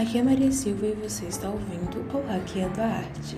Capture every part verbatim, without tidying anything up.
Aqui é Maria Silva e você está ouvindo o Hackeando a Arte.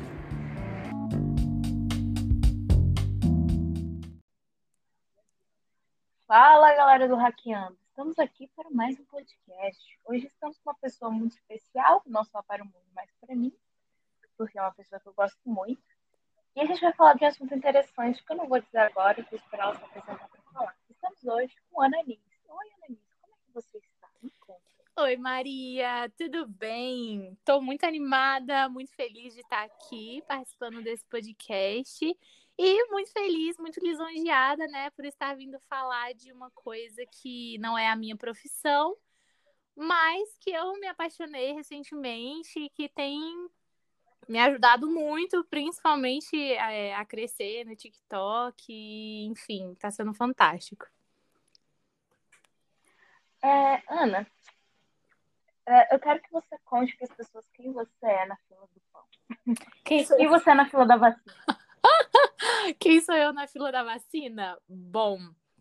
Fala, galera do Hackeando! Estamos aqui para mais um podcast. Hoje estamos com uma pessoa muito especial, não só para o mundo, mas para mim, porque é uma pessoa que eu gosto muito. E a gente vai falar de um assunto interessante que eu não vou dizer agora, eu vou esperar ela se apresentar para falar. Estamos hoje com Ana Annelise. Oi, Annelise, como é que você está? Me conta. Oi, Maria, tudo bem? Estou muito animada, muito feliz de estar aqui participando desse podcast e muito feliz, muito lisonjeada, né, por estar vindo falar de uma coisa que não é a minha profissão, mas que eu me apaixonei recentemente e que tem me ajudado muito, principalmente é, a crescer no TikTok, e, enfim, está sendo fantástico. É, Ana, é, eu quero que você conte para as pessoas quem você é na fila do pão. Quem sou Quem você é na fila da vacina? Quem sou eu na fila da vacina? Bom,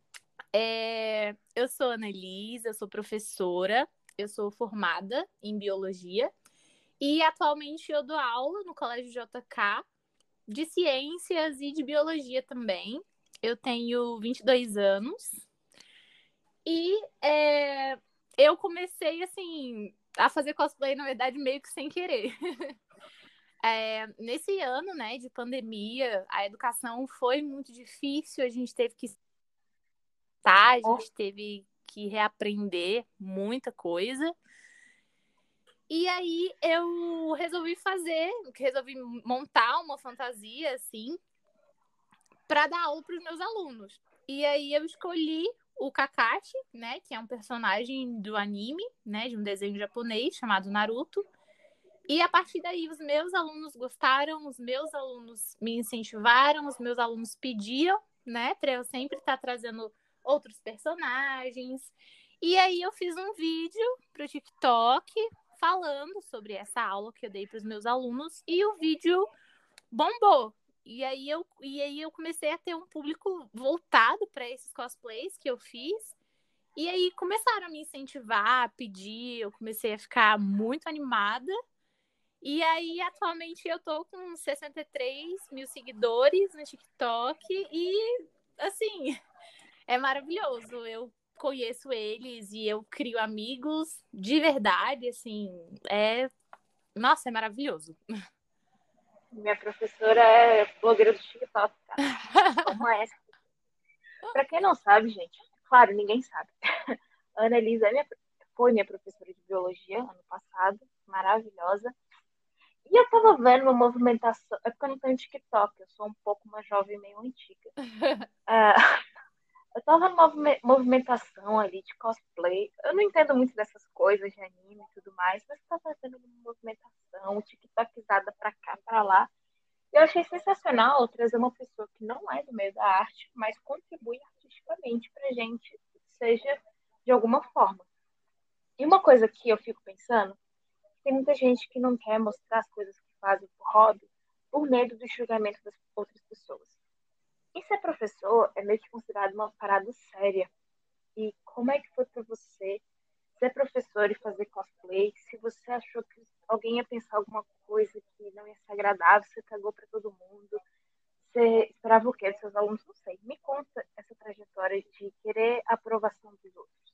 é... eu sou Ana Annelise, eu sou professora, eu sou formada em biologia e atualmente eu dou aula no Colégio J K de ciências e de biologia também. Eu tenho vinte e dois anos e é... eu comecei, assim, a fazer cosplay, na verdade, meio que sem querer. É, nesse ano, né, de pandemia, a educação foi muito difícil, a gente teve que estar, a gente teve que reaprender muita coisa. E aí eu resolvi fazer, resolvi montar uma fantasia, assim, para dar aula para os meus alunos. E aí eu escolhi o Kakashi, né, que é um personagem do anime, né, de um desenho japonês chamado Naruto. E a partir daí, os meus alunos gostaram, os meus alunos me incentivaram, os meus alunos pediam, né, para eu sempre estar trazendo outros personagens. E aí eu fiz um vídeo para o TikTok falando sobre essa aula que eu dei para os meus alunos e o vídeo bombou. E aí eu, e aí eu comecei a ter um público voltado para esses cosplays que eu fiz. E aí começaram a me incentivar, a pedir, eu comecei a ficar muito animada. E aí, atualmente, eu tô com sessenta e três mil seguidores no TikTok e, assim, é maravilhoso. Eu conheço eles e eu crio amigos de verdade, assim, é... Nossa, é maravilhoso. Minha professora é blogueira do TikTok, cara. Como é essa? Pra quem não sabe, gente, claro, ninguém sabe. A Ana Annelise é minha, foi minha professora de biologia ano passado, maravilhosa. E eu tava vendo uma movimentação. É porque eu não tenho TikTok, eu sou um pouco uma jovem meio antiga. É, eu tava numa movimentação ali de cosplay. Eu não entendo muito dessas coisas de anime e tudo mais, mas eu tava vendo uma movimentação, TikTokizada pra cá, pra lá. E eu achei sensacional trazer uma pessoa que não é do meio da arte, mas contribui artisticamente pra gente, seja de alguma forma. E uma coisa que eu fico pensando, tem muita gente que não quer mostrar as coisas que fazem por hobby, por medo do julgamento das outras pessoas. E ser professor é meio que considerado uma parada séria. E como é que foi para você ser professor e fazer cosplay? Se você achou que alguém ia pensar alguma coisa que não ia ser agradável, você cagou para todo mundo, você esperava o quê dos seus alunos? Não sei. Me conta essa trajetória de querer a aprovação dos outros.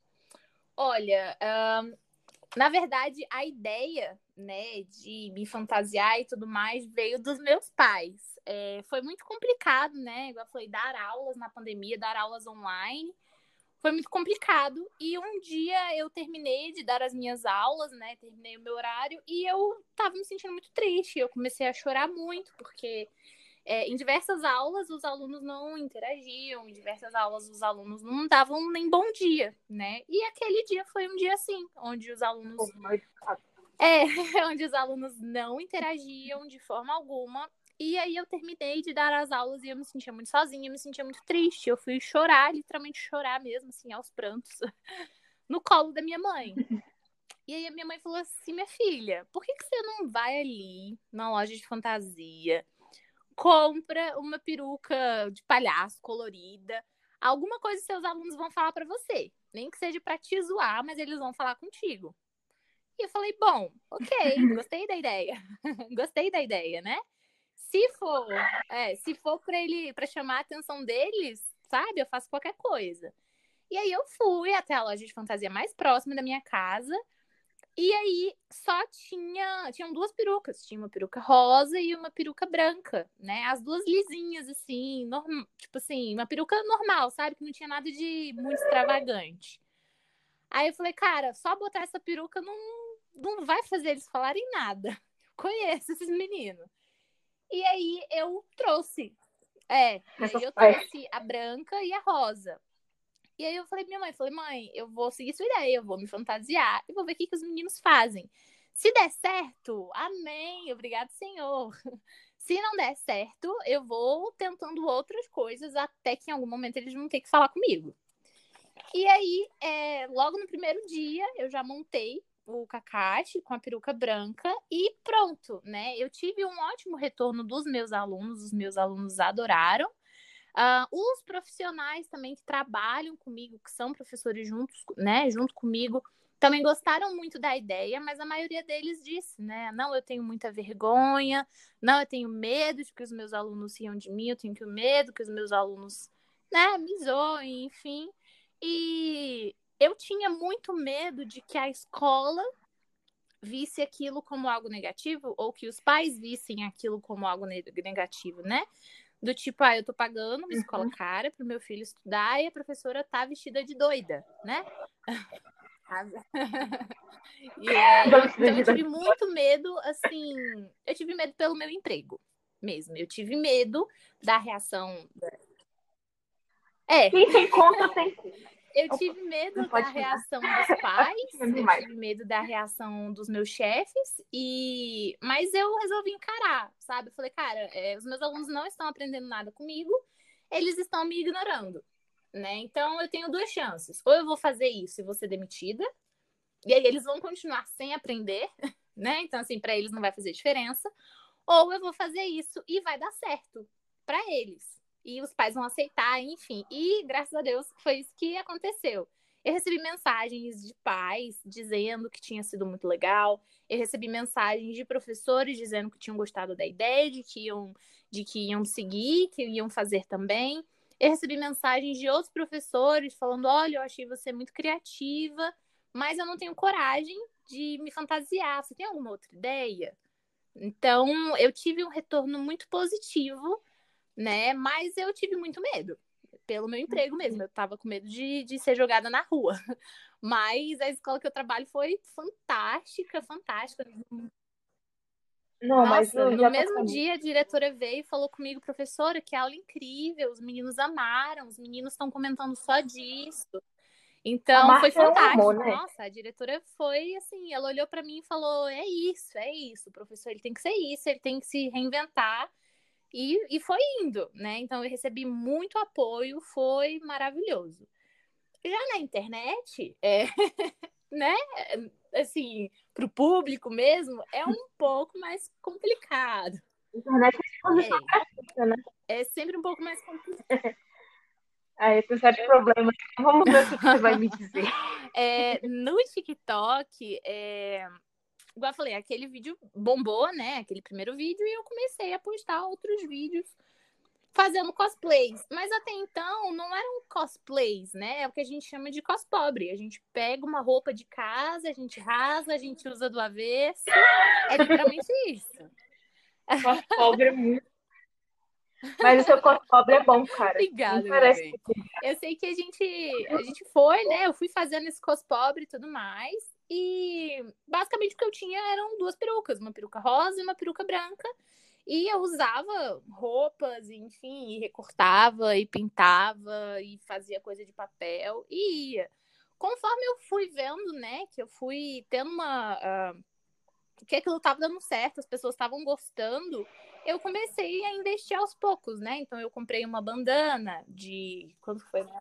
Olha, um, na verdade, a ideia, né, de me fantasiar e tudo mais veio dos meus pais. É, foi muito complicado, né? Igual eu falei, dar aulas na pandemia, dar aulas online. Foi muito complicado. E um dia eu terminei de dar as minhas aulas, né? Terminei o meu horário e eu tava me sentindo muito triste. Eu comecei a chorar muito, porque é, em diversas aulas os alunos não interagiam, em diversas aulas os alunos não davam nem bom dia, né? E aquele dia foi um dia assim, onde os alunos. É, onde os alunos não interagiam de forma alguma. E aí eu terminei de dar as aulas e eu me sentia muito sozinha, eu me sentia muito triste. Eu fui chorar, literalmente chorar mesmo, assim, aos prantos, no colo da minha mãe. E aí a minha mãe falou assim, minha filha, por que, que você não vai ali na loja de fantasia, compra uma peruca de palhaço colorida, alguma coisa que seus alunos vão falar pra você. Nem que seja pra te zoar, mas eles vão falar contigo. E eu falei, bom, ok, gostei da ideia. Gostei da ideia, né? Se for, é, se for para ele, para chamar a atenção deles, sabe? Eu faço qualquer coisa. E aí eu fui até a loja de fantasia mais próxima da minha casa. E aí só tinha, tinham duas perucas, tinha uma peruca rosa e uma peruca branca, né? As duas lisinhas assim, norm... tipo assim, uma peruca normal, sabe? Que não tinha nada de muito extravagante. Aí eu falei, cara, só botar essa peruca não, não vai fazer eles falarem nada. Conheço esses meninos. E aí eu trouxe, é, e aí eu trouxe a branca e a rosa. E aí eu falei pra minha mãe, falei, mãe, eu vou seguir sua ideia, eu vou me fantasiar e vou ver o que, que os meninos fazem. Se der certo, amém, obrigado, Senhor. Se não der certo, eu vou tentando outras coisas até que em algum momento eles vão ter que falar comigo. E aí, é, logo no primeiro dia, eu já montei o Kakashi com a peruca branca e pronto, né? Eu tive um ótimo retorno dos meus alunos, os meus alunos adoraram. Uh, os profissionais também que trabalham comigo, que são professores juntos, né, junto comigo, também gostaram muito da ideia, mas a maioria deles disse, né, não, eu tenho muita vergonha, não, eu tenho medo de que os meus alunos riam de mim, eu tenho medo que os meus alunos, né, me zoem, enfim. E eu tinha muito medo de que a escola visse aquilo como algo negativo, ou que os pais vissem aquilo como algo negativo, né? Do tipo, ah, eu tô pagando uma escola Uhum. cara pro meu filho estudar e a professora tá vestida de doida, né? E é, eu, então eu tive muito medo, assim, eu tive medo pelo meu emprego mesmo. Eu tive medo da reação. É. Quem tem conta tem. Eu tive medo da reação dos pais, eu tive medo da reação dos meus chefes, e mas eu resolvi encarar, sabe? Eu falei, cara, é, os meus alunos não estão aprendendo nada comigo, eles estão me ignorando, né? Então eu tenho duas chances. Ou eu vou fazer isso e vou ser demitida, e aí eles vão continuar sem aprender, né? Então, assim, para eles não vai fazer diferença. Ou eu vou fazer isso e vai dar certo para eles. E os pais vão aceitar, enfim. E, graças a Deus, foi isso que aconteceu. Eu recebi mensagens de pais dizendo que tinha sido muito legal. Eu recebi mensagens de professores dizendo que tinham gostado da ideia, de que iam, de que iam seguir, que iam fazer também. Eu recebi mensagens de outros professores falando, olha, eu achei você muito criativa, mas eu não tenho coragem de me fantasiar. Você tem alguma outra ideia? Então, eu tive um retorno muito positivo, né? Mas eu tive muito medo, pelo meu emprego mesmo. Eu tava com medo de, de ser jogada na rua. Mas a escola que eu trabalho foi fantástica, fantástica. Não, Nossa, mas no mesmo dia a diretora veio e falou comigo, professora, que aula incrível, os meninos amaram, os meninos estão comentando só disso. Então, foi fantástico. É um amor, né? Nossa, a diretora foi assim, ela olhou para mim e falou, é isso, é isso, o professor ele tem que ser isso, ele tem que se reinventar. E, e foi indo, né? Então, eu recebi muito apoio, foi maravilhoso. Já na internet, é, né? Assim, para o público mesmo, é um pouco mais complicado. Internet é, é, né? É sempre um pouco mais complicado. Aí tem certos problemas. Vamos ver o que você vai me dizer. É, no TikTok, é, igual eu falei, aquele vídeo bombou, né? Aquele primeiro vídeo, e eu comecei a postar outros vídeos fazendo cosplays. Mas até então não eram cosplays, né? É o que a gente chama de cospobre. A gente pega uma roupa de casa, a gente rasga, a gente usa do avesso. É literalmente isso. Cospobre é muito. Mas o seu cospobre é bom, cara. Obrigada, meu bem. Eu sei que a gente, a gente foi, né? Eu fui fazendo esse cospobre e tudo mais. E basicamente o que eu tinha eram duas perucas, uma peruca rosa e uma peruca branca. E eu usava roupas, enfim, e recortava e pintava e fazia coisa de papel e ia. Conforme eu fui vendo, né, que eu fui tendo uma... Uh, que aquilo estava dando certo, as pessoas estavam gostando, eu comecei a investir aos poucos, né? Então eu comprei uma bandana de... Quando foi, né?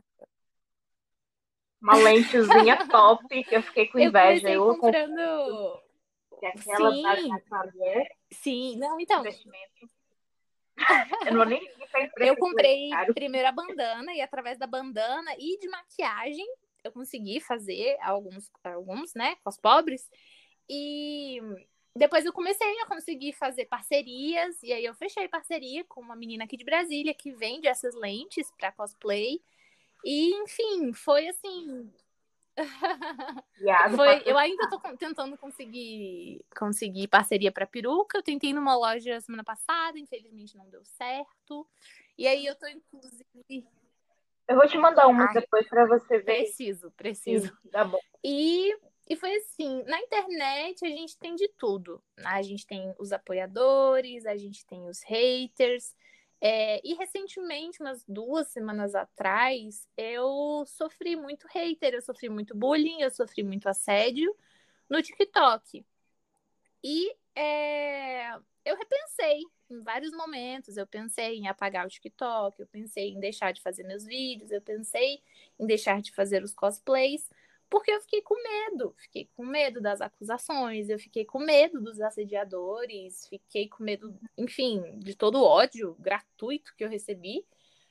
Uma lentezinha top, que eu fiquei com inveja. Eu comecei comprando... Que aquela sim, da sim, não, então... investimento. Eu não nem Eu comprei primeiro a bandana, e através da bandana e de maquiagem, eu consegui fazer alguns, alguns, né, cospobres. E depois eu comecei a conseguir fazer parcerias, e aí eu fechei parceria com uma menina aqui de Brasília que vende essas lentes para cosplay. E, enfim, foi assim. Viado, Foi, eu patrocínio. ainda tô con- tentando conseguir, conseguir parceria para peruca. Eu tentei numa loja semana passada, infelizmente não deu certo. E aí eu tô, inclusive. Eu vou te mandar umas Ai, depois pra você ver preciso, preciso. se dá bom. E, e foi assim, na internet a gente tem de tudo. A gente tem os apoiadores, a gente tem os haters. É, e recentemente, umas duas semanas atrás, eu sofri muito hater, eu sofri muito bullying, eu sofri muito assédio no TikTok. E é, eu repensei em vários momentos. Eu pensei em apagar o TikTok, eu pensei em deixar de fazer meus vídeos, eu pensei em deixar de fazer os cosplays, porque eu fiquei com medo. Fiquei com medo das acusações, eu fiquei com medo dos assediadores, fiquei com medo, enfim, de todo o ódio gratuito que eu recebi.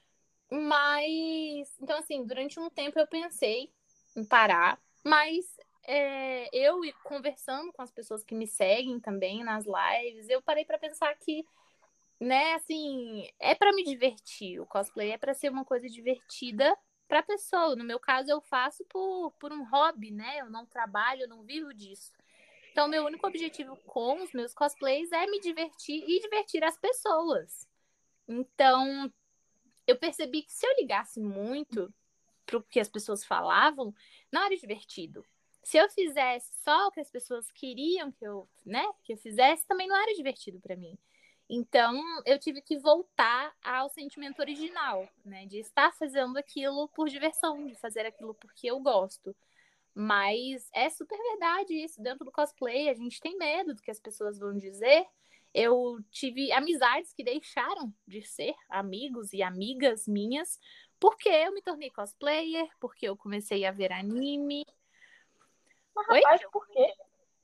Mas, então, assim, durante um tempo eu pensei em parar, mas é, eu conversando com as pessoas que me seguem também nas lives, eu parei para pensar que, né, assim, é para me divertir. O cosplay é para ser uma coisa divertida para a pessoa. No meu caso, eu faço por, por um hobby, né? Eu não trabalho, eu não vivo disso. Então, meu único objetivo com os meus cosplays é me divertir e divertir as pessoas. Então, eu percebi que se eu ligasse muito pro que as pessoas falavam, não era divertido. Se eu fizesse só o que as pessoas queriam que eu, né, que eu fizesse, também não era divertido para mim. Então, eu tive que voltar ao sentimento original, né, de estar fazendo aquilo por diversão, de fazer aquilo porque eu gosto. Mas é super verdade isso. Dentro do cosplay, a gente tem medo do que as pessoas vão dizer. Eu tive amizades que deixaram de ser amigos e amigas minhas porque eu me tornei cosplayer, porque eu comecei a ver anime. Mas, Oi? rapaz, por quê?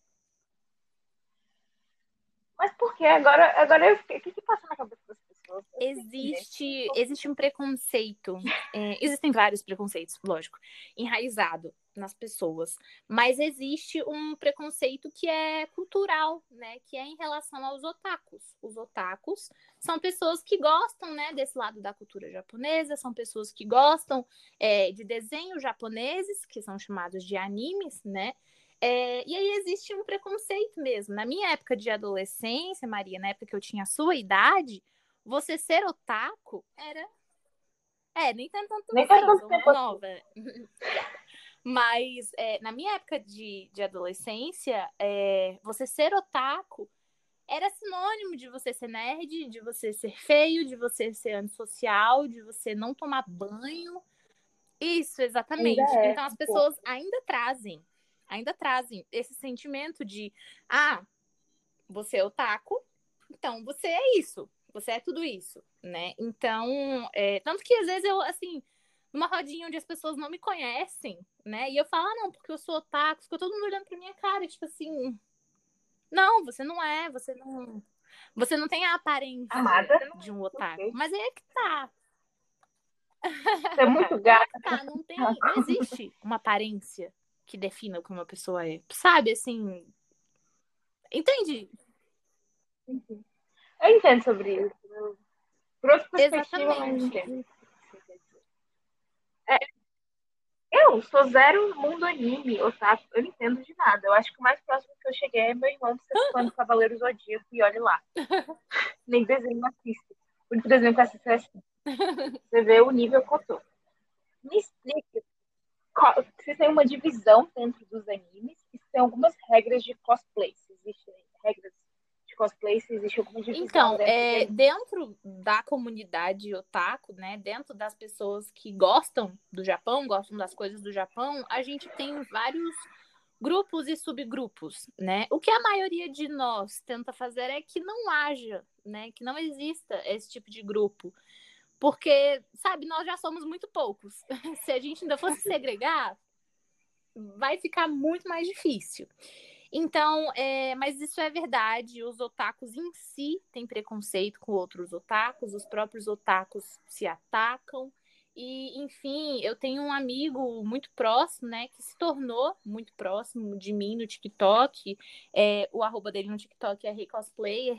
Mas por quê? Agora, agora eu fiquei. O que que passa na cabeça das pessoas? Eu não entender. Existe, existe um preconceito. É, existem vários preconceitos, lógico, enraizado nas pessoas. Mas existe um preconceito que é cultural, né? Que é em relação aos otakus. Os otakus são pessoas que gostam, né, desse lado da cultura japonesa, são pessoas que gostam é, de desenhos japoneses, que são chamados de animes, né? É, e aí existe um preconceito mesmo. Na minha época de adolescência, Maria, na época que eu tinha a sua idade, você ser otaku era. É, nem tanto quanto Nem você, faz eu tanto sou mais tempo assim. nova. Obrigada. Mas é, na minha época de, de adolescência, é, você ser otaku era sinônimo de você ser nerd, de você ser feio, de você ser antissocial, de você não tomar banho. Isso, Ainda exatamente. é Então as um pouco. pessoas ainda trazem, ainda trazem esse sentimento de, ah, você é otaku, então você é isso, você é tudo isso, né? Então, é, tanto que às vezes eu, assim, numa rodinha onde as pessoas não me conhecem, né? E eu falo, ah, não, porque eu sou otaku, ficou todo mundo olhando pra minha cara, tipo assim, não, você não é, você não. Você não tem a aparência Amada? de um otaku. Ok. Mas aí é que tá. Você é muito Aí é gata. que tá, não tem, não existe uma aparência que defina o que uma pessoa é. Sabe, assim, entende? Eu entendo sobre isso. Eu- Por outra perspectiva, mas Exatamente. entendo. É, eu sou zero mundo anime, otaku. Eu não entendo de nada. Eu acho que o mais próximo que eu cheguei é meu irmão ser fã do Cavaleiro Zodíaco e olhe lá. Nem desenho assiste. Por exemplo, essa assim. Você vê o nível que eu tô. Me explica qual- se tem uma divisão dentro dos animes e se tem algumas regras de cosplay. Se existem regras de cosplay, se existe alguma divisão Então, dentro de é, anime. dentro da comunidade otaku, né, dentro das pessoas que gostam do Japão, gostam das coisas do Japão, a gente tem vários grupos e subgrupos, né? O que a maioria de nós tenta fazer é que não haja, né, que não exista esse tipo de grupo, porque, sabe, nós já somos muito poucos. Se a gente ainda fosse segregar, vai ficar muito mais difícil. Então, é, mas isso é verdade, os otakus em si têm preconceito com outros otakus, os próprios otakus se atacam. E, enfim, eu tenho um amigo muito próximo, né, que se tornou muito próximo de mim no TikTok. É, o arroba dele no TikTok é Rei Cosplayer.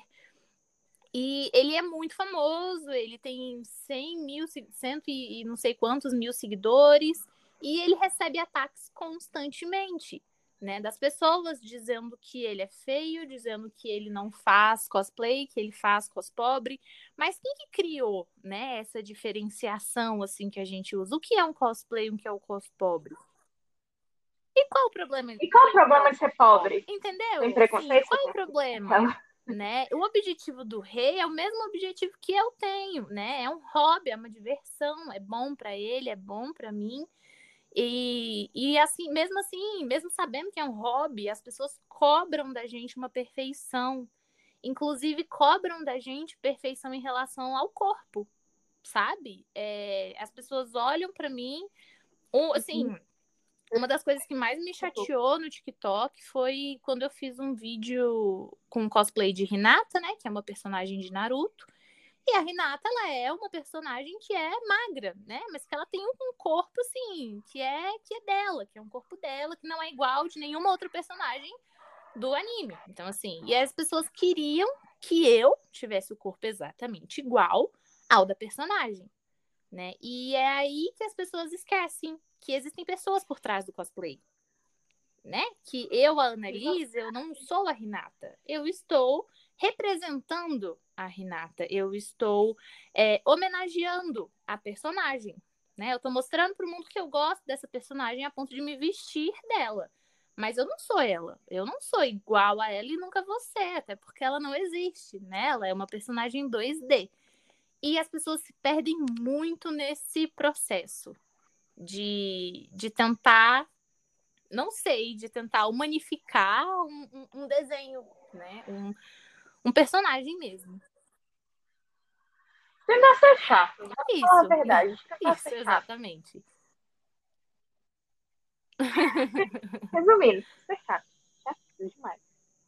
E ele é muito famoso, ele tem cem mil, cento e não sei quantos mil seguidores, e ele recebe ataques constantemente, né? Das pessoas dizendo que ele é feio, dizendo que ele não faz cosplay, que ele faz cospobre. Mas quem que criou, né, essa diferenciação assim que a gente usa? O que é um cosplay, o que é o cospobre? E qual o problema? E qual é o problema de ser pobre? Entendeu? Tem Sim, preconceito? qual é o problema? Né? O objetivo do rei é o mesmo objetivo que eu tenho, né? É um hobby, é uma diversão, é bom para ele, é bom para mim. E, e assim, mesmo assim, mesmo sabendo que é um hobby, as pessoas cobram da gente uma perfeição. Inclusive, cobram da gente perfeição em relação ao corpo, sabe? É, as pessoas olham para mim, ou, assim, uma das coisas que mais me chateou no TikTok foi quando eu fiz um vídeo com cosplay de Hinata, né? Que é uma personagem de Naruto. E a Hinata, ela é uma personagem que é magra, né? Mas que ela tem um corpo, assim, que é, que é dela, que é um corpo dela, que não é igual de nenhuma outra personagem do anime. Então, assim, e as pessoas queriam que eu tivesse o corpo exatamente igual ao da personagem, né? E é aí que as pessoas esquecem que existem pessoas por trás do cosplay, né? Que eu, a Annalise, eu não sou a Hinata. Eu estou representando a Hinata. Eu estou é, homenageando a personagem, né? Eu estou mostrando para o mundo que eu gosto dessa personagem a ponto de me vestir dela. Mas eu não sou ela. Eu não sou igual a ela e nunca vou ser, até porque ela não existe, né? Ela é uma personagem dois D. E as pessoas se perdem muito nesse processo de, de tentar, não sei, de tentar humanificar um, um, um desenho, né? Um, um personagem mesmo. Tentar ser chato. Vamos falar a Isso. verdade. Tentar Isso, ser chato. exatamente. Resumindo, ser chato. Chato demais.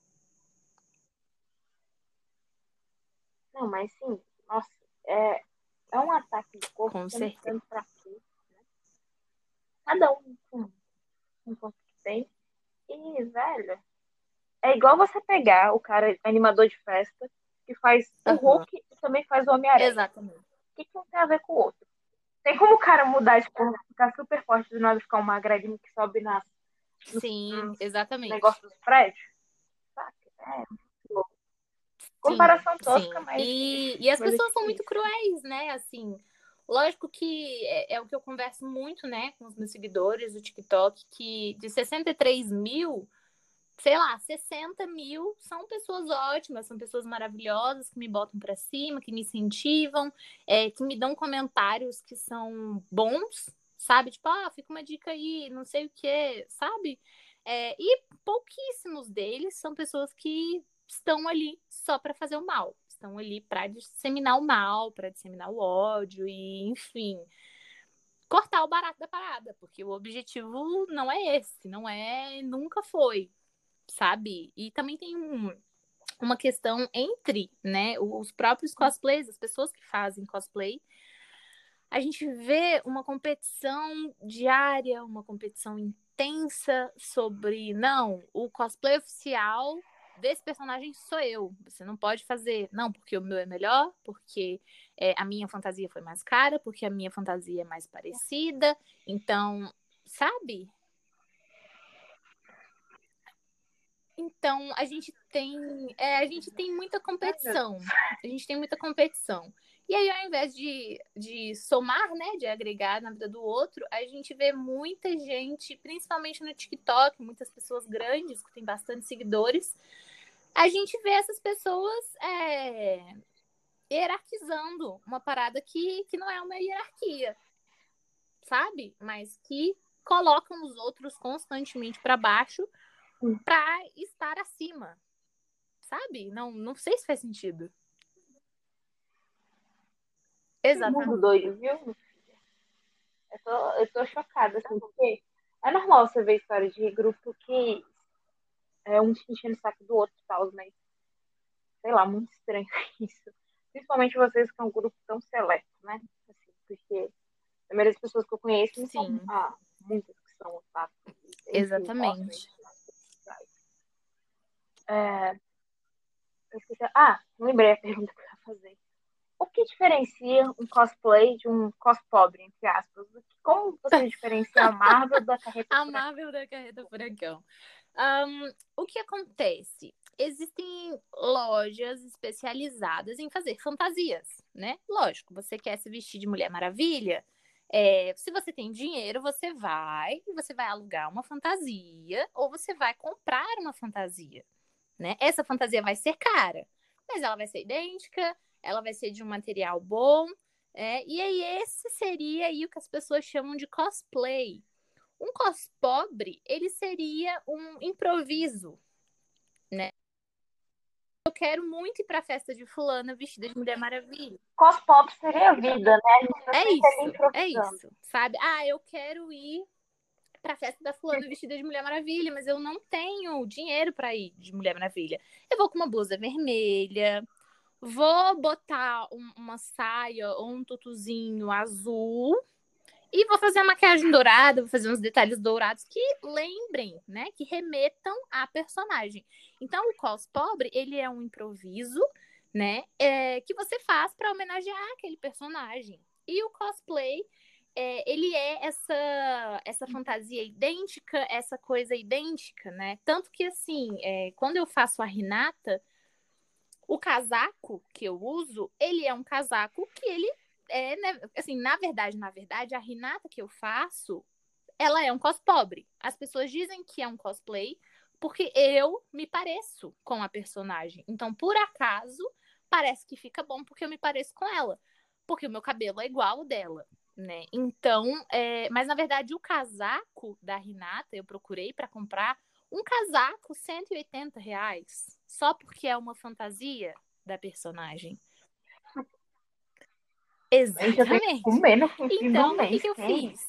Não, mas sim, nossa, é, é um ataque de corpo Com que eu não certeza. entendo pra quê. Né? Cada um com um corpo que tem. E, velho, é igual você pegar o cara animador de festa que faz o Uhum. Hulk e também faz o Homem-Aranha. Exatamente. O que, que um tem a ver com o outro? Tem como o cara mudar de corpo, ficar super forte do nada, ficar um magrelinho que sobe nas, nos, Sim, nos exatamente. negócios dos prédios? Saca? É muito louco. Comparação Sim, tosca, sim. mas, E, e as mas é pessoas tipo são muito isso. cruéis, né? Assim, lógico que é, é o que eu converso muito, né, com os meus seguidores do TikTok, que de sessenta e três mil, sei lá, sessenta mil são pessoas ótimas, são pessoas maravilhosas que me botam pra cima, que me incentivam, é, que me dão comentários que são bons, sabe? Tipo, ah, fica uma dica aí, não sei o quê, sabe? É, e pouquíssimos deles são pessoas que estão ali só pra fazer o mal, estão ali pra disseminar o mal, pra disseminar o ódio e, enfim, cortar o barato da parada, porque o objetivo não é esse, não é, nunca foi, sabe? E também tem um, uma questão entre, né, os próprios cosplays, as pessoas que fazem cosplay. A gente vê uma competição diária, uma competição intensa sobre, não, o cosplay oficial desse personagem sou eu. Você não pode fazer, não, porque o meu é melhor, porque é, a minha fantasia foi mais cara, porque a minha fantasia é mais parecida. Então, sabe? Então, a gente tem, é, a gente tem muita competição. A gente tem muita competição. E aí, ao invés de, de somar, né, de agregar na vida do outro, a gente vê muita gente, principalmente no TikTok, muitas pessoas grandes, que têm bastante seguidores, a gente vê essas pessoas é, hierarquizando uma parada que, que não é uma hierarquia, sabe? Mas que colocam os outros constantemente para baixo para estar acima. Sabe? Não, não sei se faz sentido. Exatamente. Mundo doido, viu? Eu tô, eu tô chocada, assim, porque é normal você ver história de grupo que é um enchendo o saco do outro e tal, mas sei lá, muito estranho isso. Principalmente vocês que é um grupo tão seleto, né? Assim, porque A maioria das pessoas que eu conheço não são Sim, ah, muitas que são otaku. exatamente. É, eu esqueci- ah, lembrei a pergunta que eu ia fazer. O que diferencia um cosplay de um cospobre, entre aspas? Como você diferencia a Marvel da Carreta A Furacão? Marvel da Carreta Furacão. Um, o que acontece? Existem lojas especializadas em fazer fantasias, né? Lógico, você quer se vestir de Mulher Maravilha, é, se você tem dinheiro, você vai, você vai alugar uma fantasia ou você vai comprar uma fantasia, né? Essa fantasia vai ser cara, mas ela vai ser idêntica, ela vai ser de um material bom, é, e aí esse seria aí o que as pessoas chamam de cosplay. Um cospobre, ele seria um improviso, né? Eu quero muito ir pra festa de fulana vestida de Mulher Maravilha. Cospop seria a vida, né? A gente não É tá ali isso, é improvisando. isso, sabe? Ah, eu quero ir pra festa da fulana vestida de Mulher Maravilha, mas eu não tenho dinheiro pra ir de Mulher Maravilha. Eu vou com uma blusa vermelha, vou botar um- uma saia ou um tutuzinho azul e vou fazer a maquiagem dourada, vou fazer uns detalhes dourados que lembrem, né? Que remetam à personagem. Então, o cospobre, ele é um improviso, né? É, que você faz para homenagear aquele personagem. E o cosplay, é, ele é essa, essa fantasia idêntica, essa coisa idêntica, né? Tanto que, assim, é, quando eu faço a Hinata, o casaco que eu uso, ele é um casaco que ele é, né, assim, na verdade, na verdade, a Hinata que eu faço, ela é um cospobre. As pessoas dizem que é um cosplay porque eu me pareço com a personagem. Então, por acaso, parece que fica bom porque eu me pareço com ela. Porque o meu cabelo é igual ao dela, né? Então, é... mas na verdade, o casaco da Hinata, eu procurei para comprar um casaco, cento e oitenta reais, só porque é uma fantasia da personagem. Gente, eu tenho que Exatamente. comer no fim Então, do o que, mês. que eu Quem? fiz?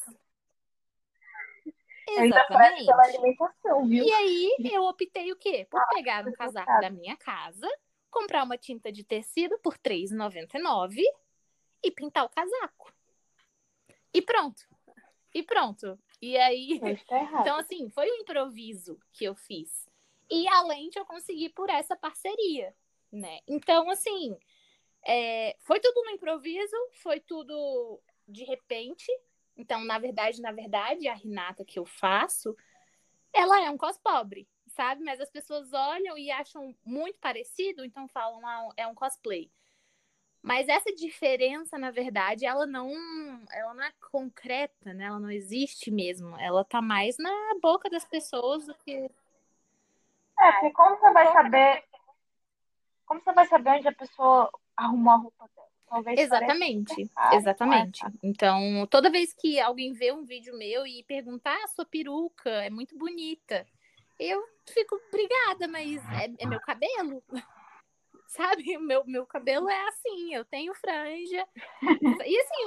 Eu ainda faço pela Exatamente. alimentação, viu? E aí, eu optei o quê? Por pegar um Fui casaco da focada. minha casa, comprar uma tinta de tecido por três reais e noventa e nove centavos e pintar o casaco. E pronto. E pronto. E aí, Gente, tá então errado. assim, foi um improviso que eu fiz. E além de eu conseguir por essa parceria, né? Então, assim, é, foi tudo no improviso, foi tudo de repente. Então, na verdade, na verdade, a Hinata que eu faço, ela é um cospobre, sabe? Mas as pessoas olham e acham muito parecido, então falam, ah, é um cosplay. Mas essa diferença, na verdade, ela não, ela não é concreta, né? Ela não existe mesmo. Ela tá mais na boca das pessoas do que. É, porque como você vai saber, como você vai saber onde a pessoa arrumou a roupa dela? Talvez pareça super Exatamente, cara, não é, exatamente. tá? Então, toda vez que alguém vê um vídeo meu e perguntar, ah, sua peruca é muito bonita, eu fico, obrigada, mas é, é meu cabelo, sabe? Meu, meu cabelo é assim, eu tenho franja. E assim,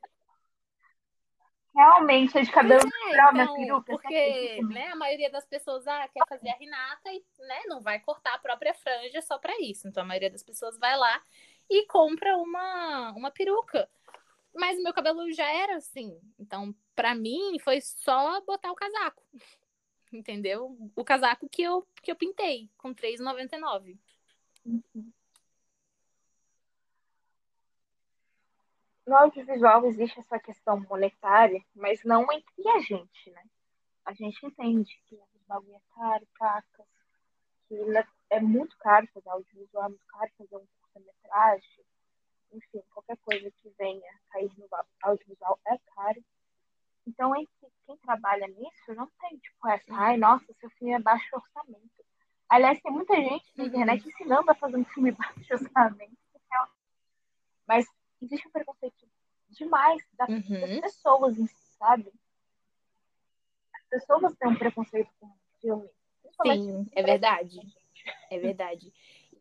Realmente, é de pois cabelo é, natural, minha então, peruca, você acredita porque, nisso? né, a maioria das pessoas ah, quer fazer a Renata e, né, não vai cortar a própria franja só para isso. Então, a maioria das pessoas vai lá e compra uma, uma peruca. Mas o meu cabelo já era assim. Então, para mim, foi só botar o casaco. Entendeu? O casaco que eu, que eu pintei com três reais e noventa e nove centavos. No audiovisual existe essa questão monetária, mas não entre a gente, né? A gente entende que o bagulho é caro, cacas, que é muito caro fazer audiovisual, é muito caro fazer um curta-metragem, enfim, qualquer coisa que venha cair no audiovisual é caro. Então, entre quem trabalha nisso, não tem, tipo, essa, ai, nossa, seu filme é baixo orçamento. Aliás, tem muita gente na internet Uhum. ensinando a fazer um filme baixo orçamento. Mas existe um preconceito demais das Uhum. pessoas em si, sabe? As pessoas têm um preconceito com o filme. Principalmente Sim, no é Brasil. verdade. É verdade.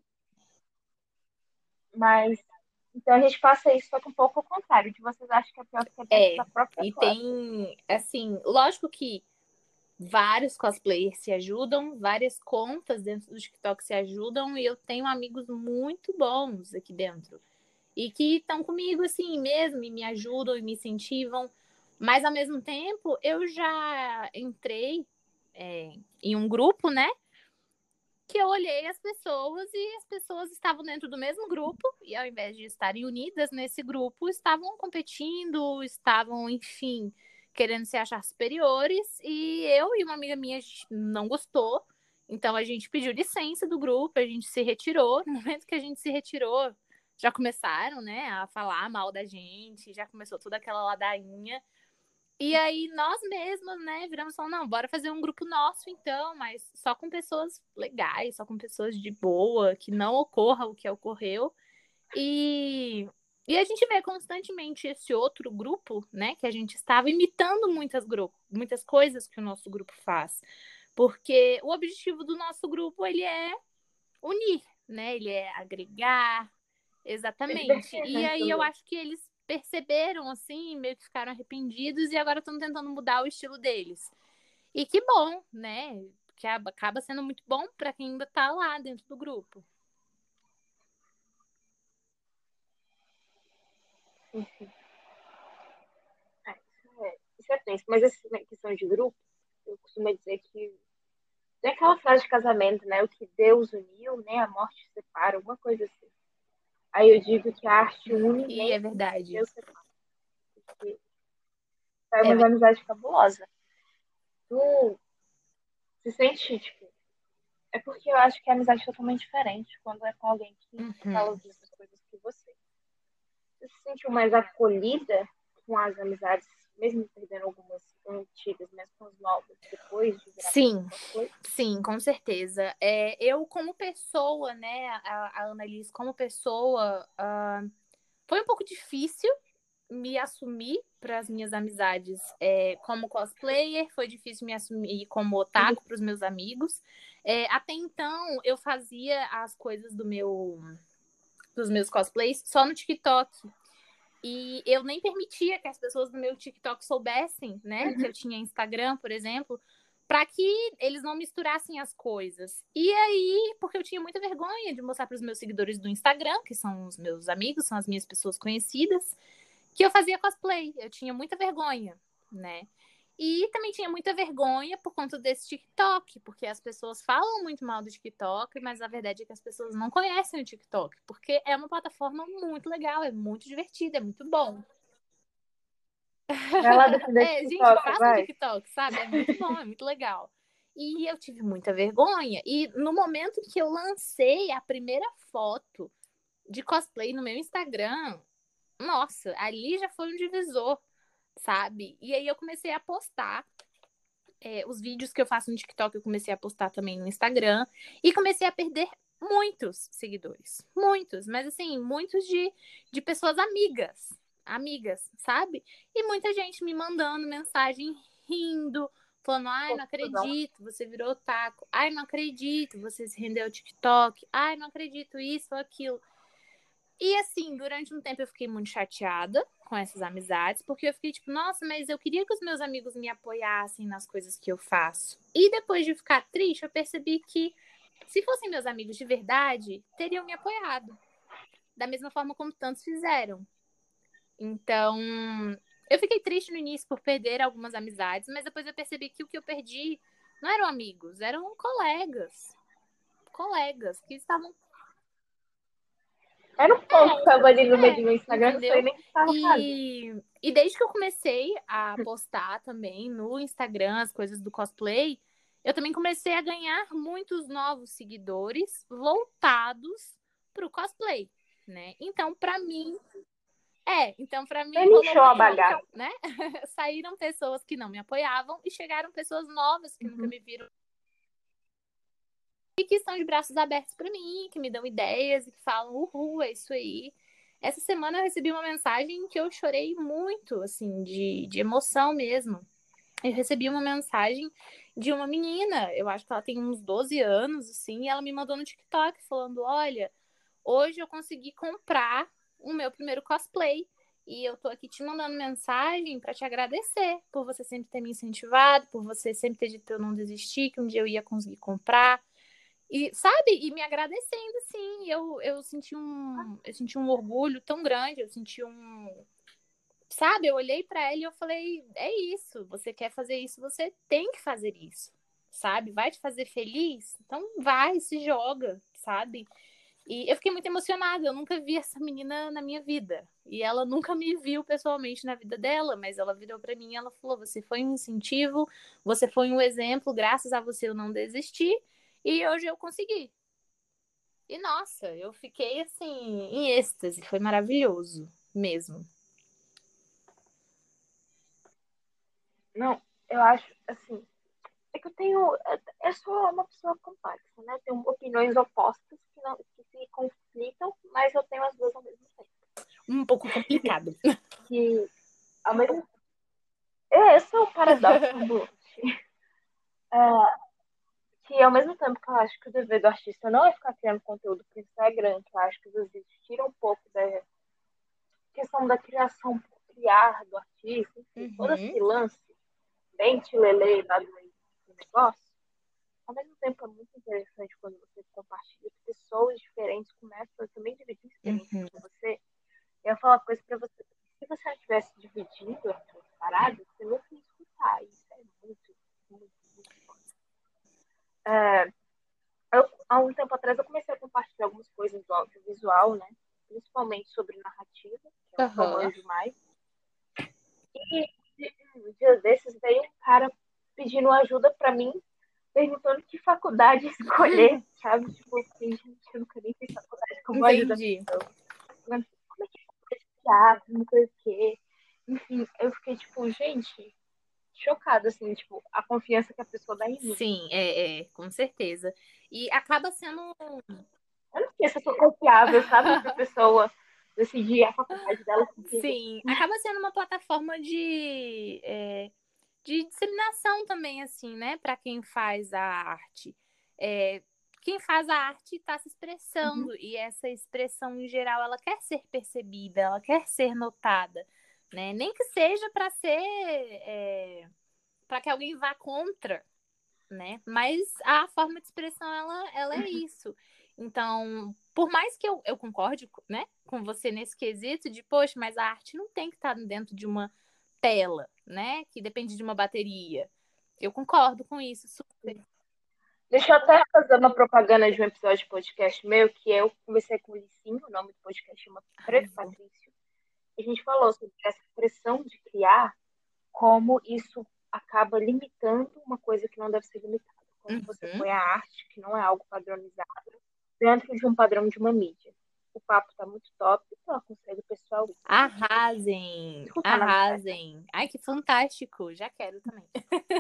Mas, então a gente passa isso só que um pouco ao contrário, de vocês acham que é pior que é dentro É, da própria e classe. tem, assim, lógico que vários cosplayers se ajudam, várias contas dentro do TikTok se ajudam, e eu tenho amigos muito bons aqui dentro. e que estão comigo assim mesmo, e me ajudam e me incentivam. Mas, ao mesmo tempo, eu já entrei é, em um grupo, né? Que eu olhei as pessoas e as pessoas estavam dentro do mesmo grupo e, ao invés de estarem unidas nesse grupo, estavam competindo, estavam, enfim, querendo se achar superiores. E eu e uma amiga minha, a gente não gostou. Então, a gente pediu licença do grupo, a gente se retirou. No momento que a gente se retirou, já começaram, né, a falar mal da gente, já começou toda aquela ladainha. E aí nós mesmos, né, viramos e falamos, não, bora fazer um grupo nosso então, mas só com pessoas legais, só com pessoas de boa, que não ocorra o que ocorreu. E, e a gente vê constantemente esse outro grupo, né, que a gente estava imitando muitas, grupo, muitas coisas que o nosso grupo faz. Porque o objetivo do nosso grupo, ele é unir, né, ele é agregar, exatamente. E aí eu acho que eles perceberam, assim, meio que ficaram arrependidos e agora estão tentando mudar o estilo deles. E que bom, né? Que acaba sendo muito bom para quem ainda tá lá dentro do grupo. Enfim. É, isso é, isso é tenso. Mas essa questão de grupo, eu costumo dizer que tem aquela frase de casamento, né? O que Deus uniu, nem a morte separa, alguma coisa assim. Aí eu digo que a arte une, E nem é verdade. Deus separa. Porque é uma é amizade fabulosa. Tu se sente, tipo... É porque eu acho que a amizade é totalmente diferente quando é com alguém que Uhum. fala as mesmas coisas que você. Você se sentiu mais acolhida com as amizades, mesmo perdendo algumas antigas, mas com as novas, depois de virar Sim, coisa? sim, com certeza. É, eu, como pessoa, né, a, a Annalise, como pessoa, uh, foi um pouco difícil me assumir para as minhas amizades é, como cosplayer, foi difícil me assumir como otaku para os meus amigos. É, até então, eu fazia as coisas do meu, dos meus cosplays só no TikTok. E eu nem permitia que as pessoas do meu TikTok soubessem, né, que eu tinha Instagram, por exemplo, para que eles não misturassem as coisas. E aí, porque eu tinha muita vergonha de mostrar para os meus seguidores do Instagram, que são os meus amigos, são as minhas pessoas conhecidas, que eu fazia cosplay. Eu tinha muita vergonha, né? E também tinha muita vergonha por conta desse TikTok, porque as pessoas falam muito mal do TikTok, mas a verdade é que as pessoas não conhecem o TikTok, porque é uma plataforma muito legal, é muito divertida, é muito bom. Vai lá defender É, gente, TikTok, faça um vai. TikTok, sabe? É muito bom, é muito legal. E eu tive muita vergonha. E no momento que eu lancei a primeira foto de cosplay no meu Instagram, nossa, ali já foi um divisor, sabe? E aí eu comecei a postar é, os vídeos que eu faço no TikTok, eu comecei a postar também no Instagram e comecei a perder muitos seguidores. Muitos, mas assim, muitos de, de pessoas amigas, amigas, sabe? E muita gente me mandando mensagem rindo, falando: ai, não acredito, você virou otaku. Ai, não acredito, você se rendeu ao TikTok. Ai, não acredito isso ou aquilo. E assim, durante um tempo eu fiquei muito chateada com essas amizades, porque eu fiquei tipo, nossa, mas eu queria que os meus amigos me apoiassem nas coisas que eu faço. E depois de ficar triste, eu percebi que se fossem meus amigos de verdade, teriam me apoiado. Da mesma forma como tantos fizeram. Então, eu fiquei triste no início por perder algumas amizades, mas depois eu percebi que o que eu perdi não eram amigos, eram colegas. Colegas que estavam. Era um povo que tava ali no meio do meu Instagram, não entendeu? sei nem o que tava fazendo. E, e desde que eu comecei a postar também no Instagram as coisas do cosplay, eu também comecei a ganhar muitos novos seguidores voltados pro cosplay, né? Então, pra mim, é, então pra mim Ele rolou inchou a uma troca, bagaça. né? Saíram pessoas que não me apoiavam e chegaram pessoas novas que nunca Uhum. me viram e que estão de braços abertos pra mim, que me dão ideias e que falam, uhul, é isso aí. Essa semana eu recebi uma mensagem que eu chorei muito, assim, de, de emoção mesmo. Eu recebi uma mensagem de uma menina, eu acho que ela tem uns doze anos, assim, e ela me mandou no TikTok falando, olha, hoje eu consegui comprar o meu primeiro cosplay e eu tô aqui te mandando mensagem para te agradecer por você sempre ter me incentivado, por você sempre ter dito pra eu não desistir, que um dia eu ia conseguir comprar. E, sabe, e me agradecendo, sim. Eu, eu senti um, eu senti um orgulho tão grande, eu senti um, sabe, eu olhei pra ela e eu falei, é isso, você quer fazer isso, você tem que fazer isso, sabe? Vai te fazer feliz? Então vai, se joga, sabe? E eu fiquei muito emocionada, eu nunca vi essa menina na minha vida. E ela nunca me viu pessoalmente na vida dela, mas ela virou pra mim e ela falou, você foi um incentivo, você foi um exemplo, graças a você eu não desisti, e hoje eu consegui. E nossa, eu fiquei assim, em êxtase, foi maravilhoso mesmo. Não, eu acho, assim, é que eu tenho. Eu sou uma pessoa complexa, né? Tenho opiniões opostas que, não, que se conflitam, mas eu tenho as duas ao mesmo tempo. Um pouco complicado. Que ao mesmo Esse é o paradoxo ambulante. É, que ao mesmo tempo que eu acho que o dever do artista não é ficar criando conteúdo para o Instagram, que eu acho que às vezes tira um pouco da questão da criação por criar do artista, enfim, todo Uhum. esse lance bem tilelê lá do, do negócio. Ao mesmo tempo, é muito interessante quando você compartilha que pessoas diferentes começam a também dividir experiências Uhum. com você. Eu ia falar uma coisa pra você. Se você não tivesse dividido as suas paradas, você nunca ia escutar. Isso é muito, muito, muito forte. É, eu, há um tempo atrás, eu comecei a compartilhar algumas coisas do audiovisual, né? Principalmente sobre narrativa, que é o que eu Aham. manjo mais. E um dia desses veio um cara pedindo ajuda pra mim, perguntando que faculdade escolher, sabe? Tipo, eu fiquei, gente, eu nunca nem fiz faculdade, como ajuda a Entendi. pessoa. Como é que é teatro, não sei o quê. Enfim, eu fiquei, tipo, gente, chocada, assim, tipo, a confiança que a pessoa dá em mim. Sim, é, é, com certeza. E acaba sendo. Eu não sei se eu sou confiável, sabe, pra pessoa decidir a faculdade dela comigo. Sim, acaba sendo uma plataforma de, é, de disseminação também, assim, né? Para quem faz a arte. É, quem faz a arte está se Uhum. expressando, e essa expressão, em geral, ela quer ser percebida, ela quer ser notada, né? Nem que seja para ser. É, para que alguém vá contra, né? Mas a forma de expressão, ela, ela é isso. Então, por mais que eu, eu concorde, né, com você nesse quesito de, poxa, mas a arte não tem que estar dentro de uma tela, né, que depende de uma bateria. Eu concordo com isso, super. Deixa eu até fazer uma propaganda de um episódio de podcast meu, que eu conversei com o Licinho, o nome do podcast chama Preto Arrasou. Patrício. E a gente falou sobre essa pressão de criar, como isso acaba limitando uma coisa que não deve ser limitada. Quando você Uhum. põe a arte, que não é algo padronizado, dentro de um padrão de uma mídia. O papo tá muito top, então eu aconselho o pessoal Arrasem, escutar, na verdade, né? arrasem. Ai, que fantástico, já quero também.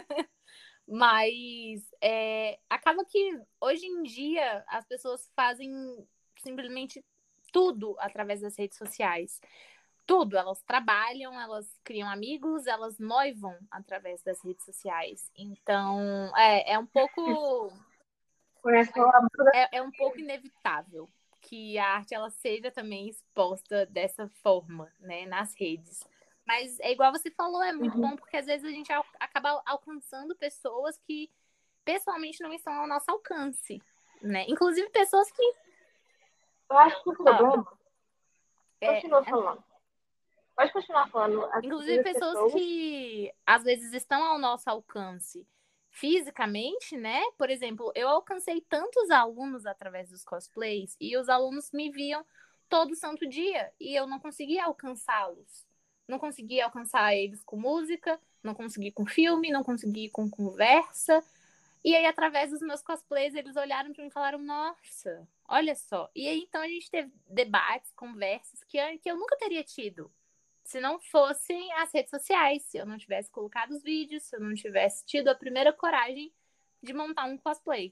Mas é, acaba que hoje em dia as pessoas fazem simplesmente tudo através das redes sociais. Tudo, elas trabalham, elas criam amigos, elas noivam através das redes sociais. Então, é, é um pouco Conhece a música é, é um pouco inevitável que a arte ela seja também exposta dessa forma, né, nas redes. Mas é igual você falou, é muito bom porque às vezes a gente al- acaba alcançando pessoas que pessoalmente não estão ao nosso alcance, né? Inclusive pessoas que, Eu acho que o ó, problema. é, Continua é- falando. Pode continuar falando. Às inclusive vezes as pessoas pessoas. que às vezes estão ao nosso alcance fisicamente, né? Por exemplo, eu alcancei tantos alunos através dos cosplays e os alunos me viam todo santo dia e eu não conseguia alcançá-los. Não conseguia alcançar eles com música, não consegui com filme, não consegui com conversa. E aí, através dos meus cosplays, eles olharam para mim e falaram: Nossa, olha só. E aí, então, a gente teve debates, conversas que eu, que eu nunca teria tido se não fossem as redes sociais, se eu não tivesse colocado os vídeos, se eu não tivesse tido a primeira coragem de montar um cosplay.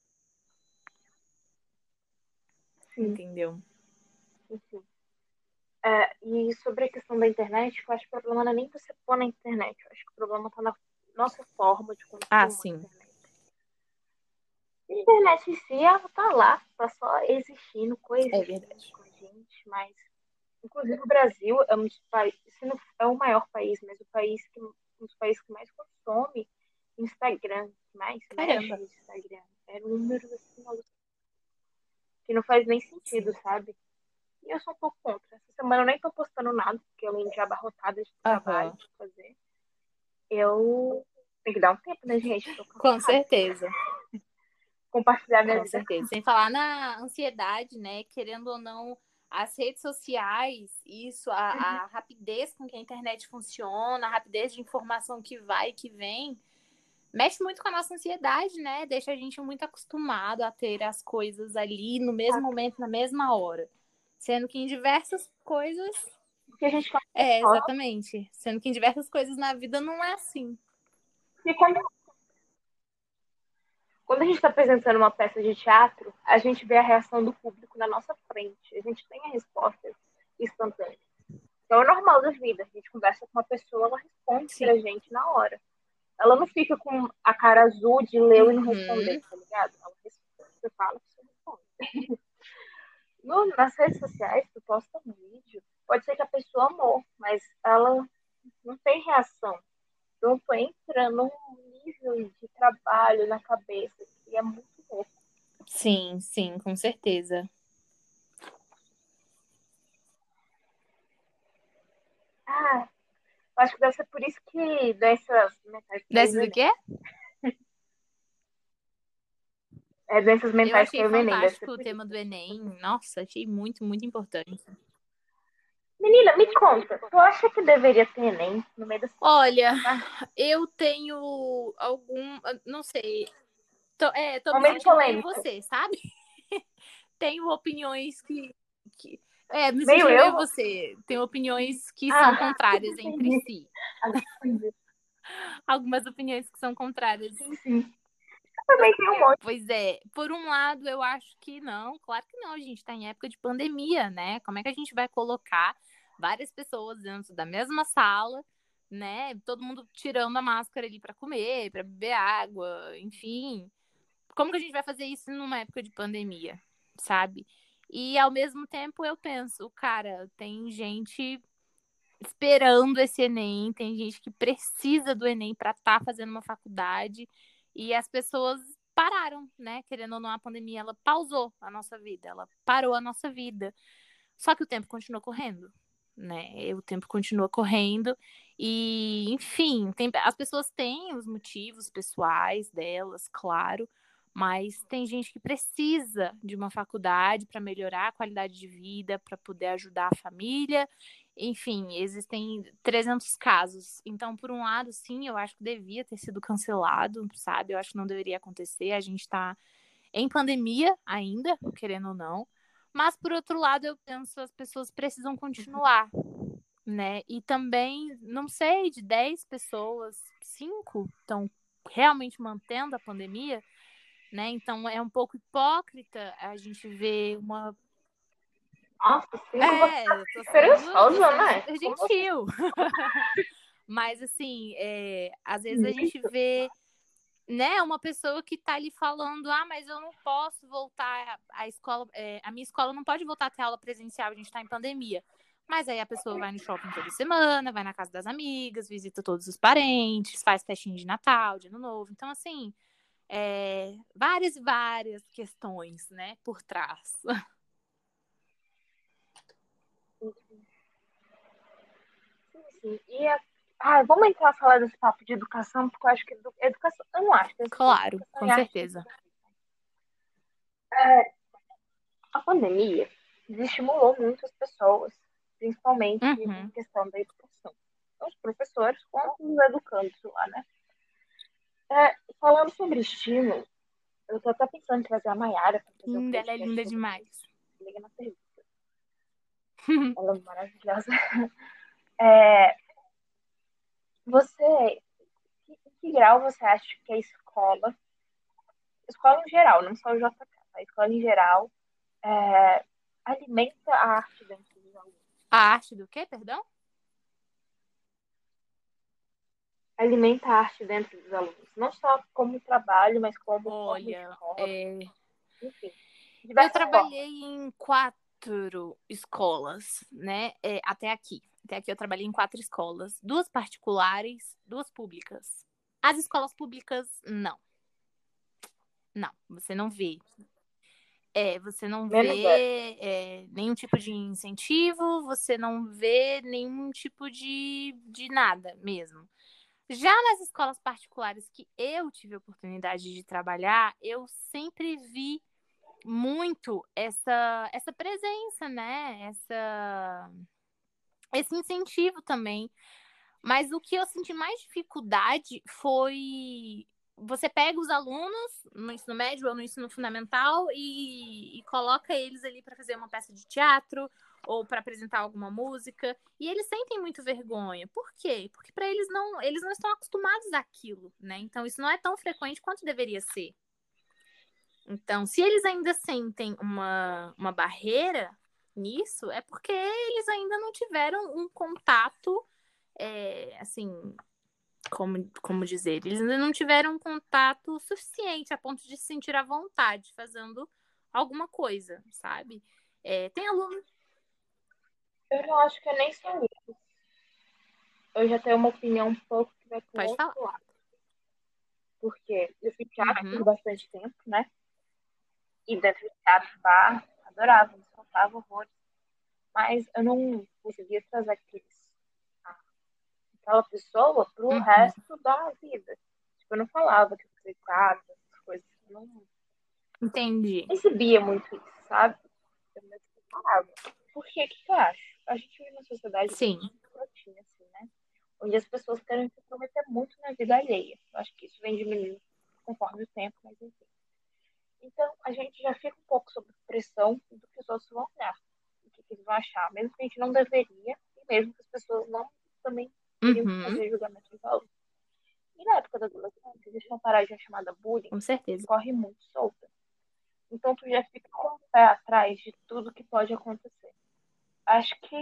Sim, Entendeu? enfim. É, e sobre a questão da internet, eu acho que o problema não é nem você pôr na internet. Eu acho que o problema está na nossa forma de Ah, consumo a sim. internet. A internet em si, ela tá lá, tá só existindo, É coexistindo verdade. com a gente, mas inclusive o Brasil é um dos países, se não é o maior país, mas o país que um dos países que mais consome Instagram, que mais mexe Caramba. no Instagram. É números assim, que não faz nem sentido, Sim. sabe? E eu sou um pouco contra. Essa semana eu nem tô postando nada, porque eu lembro de abarrotada de trabalho Aham. pra fazer. Eu tenho que dar um tempo, né, gente? Tô Com cansada. certeza. Compartilhar minha Com vida. certeza. Sem falar na ansiedade, né? Querendo ou não, as redes sociais, isso, a, a rapidez com que a internet funciona, a rapidez de informação que vai e que vem, mexe muito com a nossa ansiedade, né? Deixa a gente muito acostumado a ter as coisas ali no mesmo momento, na mesma hora. Sendo que em diversas coisas. Porque a gente É, exatamente. Sendo que em diversas coisas na vida não é assim. E quando, quando a gente está apresentando uma peça de teatro, a gente vê a reação do público na nossa frente. A gente tem a resposta instantânea. Então é normal da vida. A gente conversa com uma pessoa, ela responde Sim. pra gente na hora. Ela não fica com a cara azul de leu e não Uhum. responder, tá ligado? Ela responde, você fala, você responde. No, nas redes sociais, tu posta um vídeo, pode ser que a pessoa amou, mas ela não tem reação. Então, tu entra num nível de trabalho na cabeça que é muito louco. Sim, sim, com certeza. Ah, eu acho que deve ser por isso que doenças mentais caiu Dessas o o Enem. quê? É, doenças Eu mentais achei caiu o Enem, deve ser fantástico o por isso. tema do Enem. Nossa, achei muito, muito importante. Menina, me conta, tu acha que deveria ter Enem no meio da Olha, semana? eu tenho algum. Não sei. Tô, é, tô me Momento sentindo meio polêmico. você, sabe? Tenho opiniões que, que. É, me Meio sentindo meio eu? você. Tenho opiniões que são Ah, contrárias entre entendi. si. Agora entendi. Algumas opiniões que são contrárias. Sim, sim. Eu também tenho um monte. Pois é, por um lado, eu acho que não, claro que não, a gente está em época de pandemia, né? Como é que a gente vai colocar várias pessoas dentro da mesma sala, né? Todo mundo tirando a máscara ali para comer, para beber água, enfim. Como que a gente vai fazer isso numa época de pandemia, sabe? E ao mesmo tempo eu penso, cara, tem gente esperando esse Enem, tem gente que precisa do Enem para estar tá fazendo uma faculdade e as pessoas pararam, né? Querendo ou não, a pandemia ela pausou a nossa vida, ela parou a nossa vida. Só que o tempo continua correndo, né? O tempo continua correndo e, enfim, tem, as pessoas têm os motivos pessoais delas, claro, mas tem gente que precisa de uma faculdade para melhorar a qualidade de vida, para poder ajudar a família. Enfim, existem trezentos casos. Então, por um lado, sim, eu acho que devia ter sido cancelado, sabe? Eu acho que não deveria acontecer. A gente está em pandemia ainda, querendo ou não. Mas, por outro lado, eu penso as pessoas precisam continuar, né? E também, não sei, de dez pessoas, cinco estão realmente mantendo a pandemia, né? Então, é um pouco hipócrita a gente ver uma... Nossa, cinco você É, eu tô tá sendo, tô esperançosa, sendo né? super Como você... gentil. Mas, assim, é, às vezes a gente vê, né, uma pessoa que tá ali falando, ah, mas eu não posso voltar à escola, é, a minha escola não pode voltar a ter aula presencial, a gente tá em pandemia. Mas aí a pessoa vai no shopping toda semana, vai na casa das amigas, visita todos os parentes, faz festinha de Natal, de Ano Novo. Então, assim, é, várias e várias questões, né, por trás. Sim, sim. E a... ah, vamos entrar a falar desse papo de educação, porque eu acho que edu... educação, eu não acho, tenho certeza, Claro, educação com e arte. certeza. É, a pandemia desestimulou muito as pessoas, principalmente em Uhum. questão da educação. Os professores quanto os educandos lá, né? É, falando sobre estímulo, eu tô até pensando em trazer a Mayara para fazer um Linda, ela é podcast linda sobre demais. isso. Liga na pergunta. Ela é maravilhosa. É, você, em que grau você acha que a escola, escola em geral, não só o J K, a escola em geral, é, alimenta a arte dentro dos alunos? A arte do quê, perdão? Alimenta a arte dentro dos alunos, não só como trabalho, mas como forma de Olha, hobby, é, enfim, eu diversas formas. trabalhei em quatro escolas, né? É, até aqui. Até aqui eu trabalhei em quatro escolas. Duas particulares, duas públicas. As escolas públicas, não. Não, você não vê. É, você não Menos vê é, nenhum tipo de incentivo, você não vê nenhum tipo de, de nada mesmo. Já nas escolas particulares que eu tive a oportunidade de trabalhar, eu sempre vi muito essa, essa presença, né? Essa, esse incentivo também. Mas o que eu senti mais dificuldade foi você pega os alunos no ensino médio ou no ensino fundamental e, e coloca eles ali para fazer uma peça de teatro ou para apresentar alguma música e eles sentem muito vergonha. Por quê? Porque para eles não, eles não estão acostumados àquilo, né? Então isso não é tão frequente quanto deveria ser. Então, se eles ainda sentem uma, uma barreira nisso, é porque eles ainda não tiveram um contato é, assim, como, como dizer, eles ainda não tiveram um contato suficiente a ponto de se sentir à vontade fazendo alguma coisa, sabe? É, tem aluno. Eu não acho que é nem só isso. Eu já tenho uma opinião um pouco que vai pro Pode falar. outro lado. Porque eu fiz teatro Uhum. por bastante tempo, né? E dentro do teatro, bar, adorava, me soltava horrores. Mas eu não conseguia trazer aqueles, aquela pessoa pro Uhum. resto da vida. Tipo, eu não falava que eu fazia teatro, essas coisas. Eu não Entendi. exibia muito isso, sabe? Eu meio que falava. Por que que eu acho? A gente vive numa sociedade Sim. muito escrotinha, assim, né? Onde as pessoas querem se prometer muito na vida alheia. Eu acho que isso vem diminuindo conforme o tempo, mas enfim. Então, a gente já fica um pouco sob pressão do que os outros vão olhar, do que eles vão achar, mesmo que a gente não deveria, e mesmo que as pessoas não também teriam que Uhum. fazer julgamento de valor. E na época da adolescência, existe uma paradinha chamada bullying, Com que certeza. corre muito solta. Então, tu já fica com o pé atrás de tudo que pode acontecer. Acho que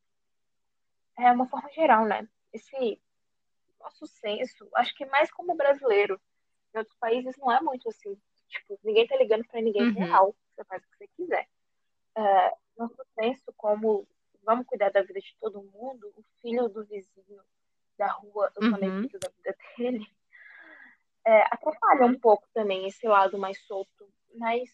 é uma forma geral, né? Esse nosso senso, acho que mais como brasileiro. Em outros países não é muito assim. Tipo, ninguém tá ligando pra ninguém Uhum. real. Você faz o que você quiser. É, nosso senso como vamos cuidar da vida de todo mundo, o filho do vizinho da rua, eu também Uhum. cuido da vida dele, é, atrapalha um pouco também esse lado mais solto, mais,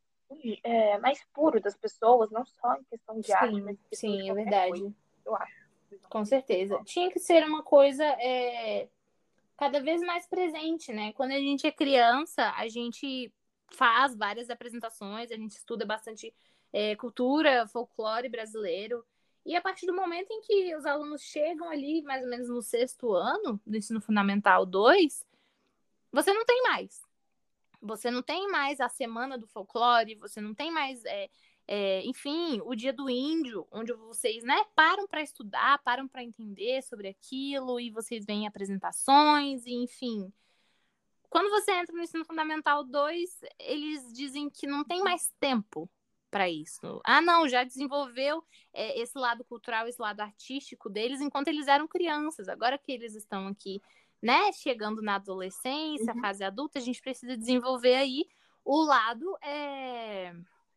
é, mais puro das pessoas, não só em questão de arte, mas Sim, em questão de sim, é qualquer coisa, verdade. eu acho. Com certeza. Tinha que ser uma coisa é, cada vez mais presente, né? Quando a gente é criança, a gente faz várias apresentações, a gente estuda bastante é, cultura, folclore brasileiro. E a partir do momento em que os alunos chegam ali, mais ou menos no sexto ano, do ensino fundamental dois, você não tem mais. Você não tem mais a semana do folclore, você não tem mais, é, é, enfim, o dia do índio, onde vocês, né, param para estudar, param para entender sobre aquilo e vocês veem apresentações, e, enfim. Quando você entra no ensino fundamental dois, eles dizem que não tem mais tempo para isso. Ah, não, já desenvolveu é, esse lado cultural, esse lado artístico deles enquanto eles eram crianças. Agora que eles estão aqui, né, chegando na adolescência, Uhum. fase adulta, a gente precisa desenvolver aí o lado, é...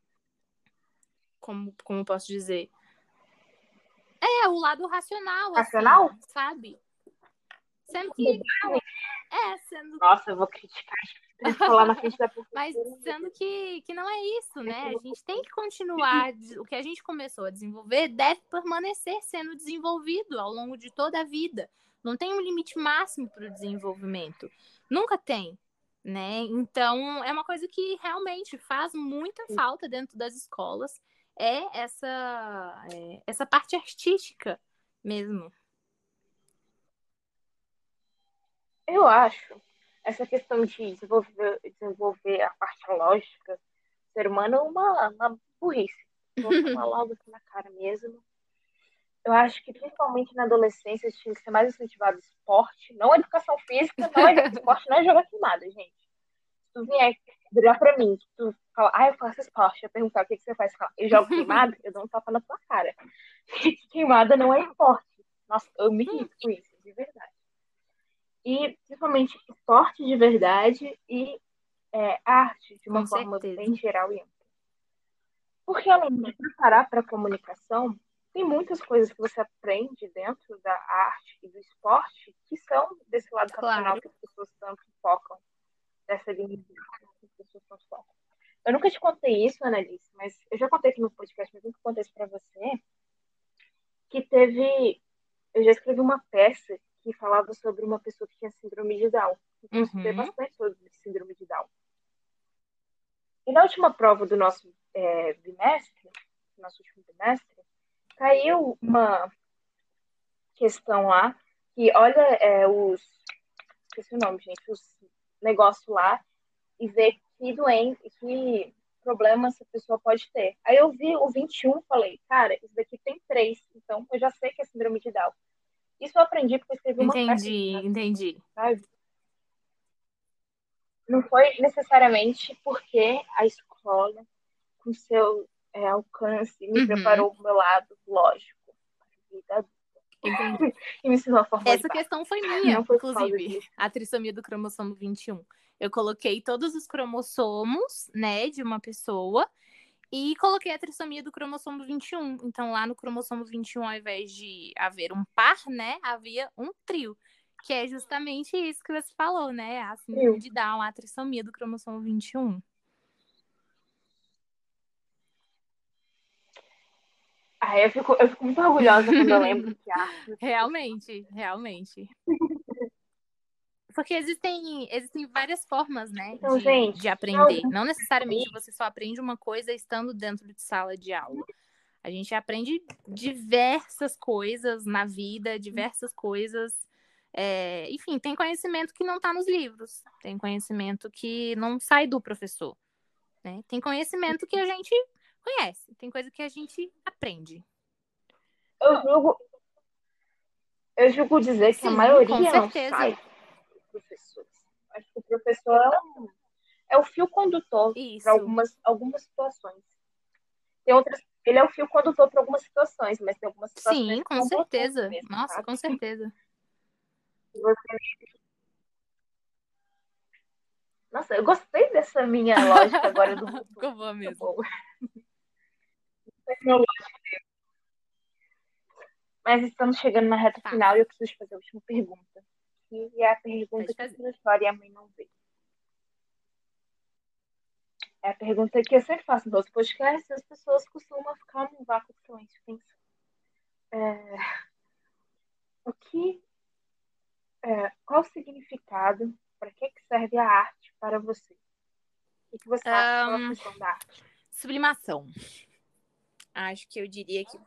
como, como posso dizer? É, o lado racional, assim, Racional? sabe? Sendo que, é, sendo Nossa, eu vou criticar. Tem que falar na frente da Mas professora. sendo que, que não é isso, né? A gente tem que continuar. O que a gente começou a desenvolver deve permanecer sendo desenvolvido ao longo de toda a vida. Não tem um limite máximo para o desenvolvimento. Nunca tem, né? Então, é uma coisa que realmente faz muita falta dentro das escolas. É essa, é essa parte artística mesmo. Eu acho essa questão de desenvolver, desenvolver a parte lógica do ser humano é uma, uma burrice. Vou falar logo aqui na cara mesmo. Eu acho que principalmente na adolescência tinha que ser mais incentivado esporte, não educação física, não é esporte, não é jogar queimada, gente. Se tu vier virar pra mim, que tu fala, ah, eu faço esporte, eu perguntar o que, que você faz, fala, eu jogo queimada, eu dou um tapa na tua cara. Queimada não é esporte. Nossa, eu me irrito com isso, de verdade. E principalmente esporte de verdade e é, arte de uma Com forma certeza. bem geral e ampla. Porque além de preparar para a comunicação, tem muitas coisas que você aprende dentro da arte e do esporte que são desse lado racional Claro. que as pessoas tanto focam, dessa linha que as pessoas ponto foco. Eu nunca te contei isso, Annalise, mas eu já contei aqui no podcast, mas nunca contei isso pra você, que teve... Eu já escrevi uma peça que falava sobre uma pessoa que tinha síndrome de Down. Então, eu estudei Uhum. bastante sobre síndrome de Down. E na última prova do nosso é, bimestre, nosso último bimestre, caiu uma questão lá que olha é, os... Esqueci o nome, gente. Os negócios lá e ver que doença, que problema essa pessoa pode ter. Aí eu vi o vinte e um e falei, cara, isso daqui tem três, então eu já sei que é síndrome de Down. Isso eu aprendi porque eu escrevi uma peça de Entendi, teatro, entendi. sabe? Não foi necessariamente porque a escola, com seu é, alcance, me Uhum, preparou para o meu lado lógico, vida adulta, entendi. e me ensinou a fórmula de Essa Bhaskara. questão foi Não minha, foi por causa inclusive, disso. a trissomia do cromossomo vinte e um. Eu coloquei todos os cromossomos, né, de uma pessoa e coloquei a trissomia do cromossomo vinte e um. Então, lá no cromossomo vinte e um, ao invés de haver um par, né, havia um trio, que é justamente isso que você falou, né, a síndrome de Down, a trissomia do cromossomo vinte e um. Ah, eu fico, eu fico muito orgulhosa quando eu lembro que a arte... Realmente, realmente. Porque existem, existem várias formas, né, Então, de, gente, de tem aprender. algum Não necessariamente país... você só aprende uma coisa estando dentro de sala de aula. A gente aprende diversas coisas na vida, diversas coisas. É, enfim, tem conhecimento que não está nos livros, tem conhecimento que não sai do professor, né? Tem conhecimento que a gente conhece, tem coisa que a gente aprende. Eu julgo, eu julgo dizer que a Sim, com maioria não certeza. sai dos professores. Acho que o professor é, um, é o fio condutor para Isso. algumas, algumas situações. Tem outras, ele é o fio condutor para algumas situações, mas tem algumas situações Sim, que com são Bluetooth certeza. mesmo, Nossa, sabe? com certeza. Você... Nossa, eu gostei dessa minha lógica agora do Bluetooth. Ficou boa Muito mesmo. boa. Mas estamos chegando na reta Tá, final e eu preciso fazer a última pergunta. Que é a pergunta pode que fazer. toda história e a mãe não vê. É a pergunta que eu sempre faço nos outros podcasts, as pessoas costumam ficar num vácuo de silêncio pensando. É, o que, é, qual o significado, para que, que serve a arte para você? O que você acha que é a Um, função da arte? sublimação. Acho que eu diria que.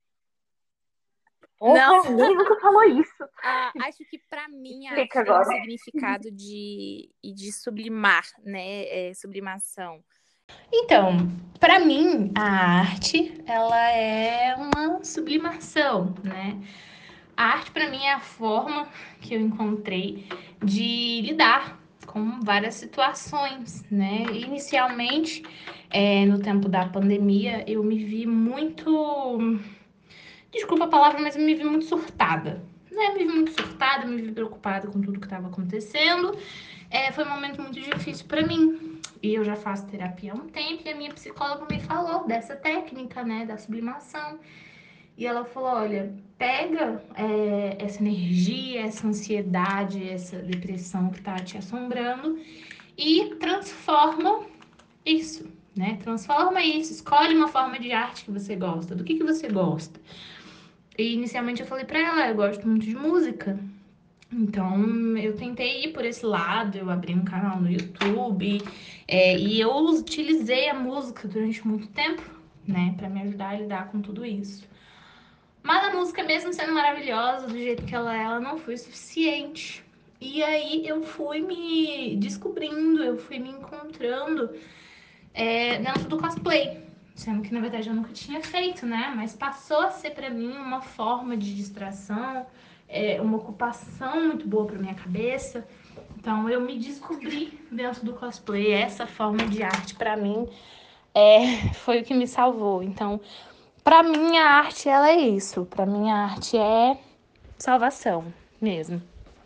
Não, Porra, ninguém nunca falou isso. ah, acho que para mim a Explica arte tem um agora. significado de, de sublimar, né? É, sublimação. Então, para mim, a arte, ela é uma sublimação, né? A arte, para mim, é a forma que eu encontrei de lidar com várias situações, né? Inicialmente, é, no tempo da pandemia, eu me vi muito... Desculpa a palavra, mas eu me vi muito surtada. Né? Me vi muito surtada, me vi preocupada com tudo que estava acontecendo. É, foi um momento muito difícil para mim. E eu já faço terapia há um tempo e a minha psicóloga me falou dessa técnica, né, da sublimação. E ela falou, olha, pega é, essa energia, essa ansiedade, essa depressão que tá te assombrando e transforma isso, né? Transforma isso, escolhe uma forma de arte que você gosta. Do que, que você gosta? E inicialmente eu falei pra ela, eu gosto muito de música. Então, eu tentei ir por esse lado, eu abri um canal no YouTube, é, e eu utilizei a música durante muito tempo, né, pra me ajudar a lidar com tudo isso. Mas a música, mesmo sendo maravilhosa, do jeito que ela é, ela não foi suficiente. E aí eu fui me descobrindo, eu fui me encontrando é, dentro do cosplay. Sendo que, na verdade, eu nunca tinha feito, né? Mas passou a ser pra mim uma forma de distração, é, uma ocupação muito boa pra minha cabeça. Então, eu me descobri dentro do cosplay. Essa forma de arte, pra mim, é, foi o que me salvou. Então, pra mim, a arte, ela é isso. Pra mim, a arte é salvação mesmo.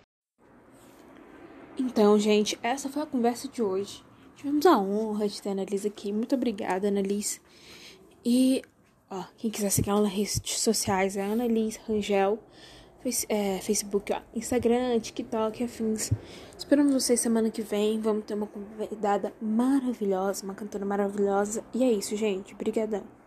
Então, gente, essa foi a conversa de hoje. Tivemos a honra de ter a Annalise aqui. Muito obrigada, Annalise. E, ó, quem quiser seguir ela nas redes sociais é Annalise Rangel. face, é, Facebook, ó, Instagram, TikTok, afins. Esperamos vocês semana que vem. Vamos ter uma convidada maravilhosa, uma cantora maravilhosa. E é isso, gente. Obrigadão.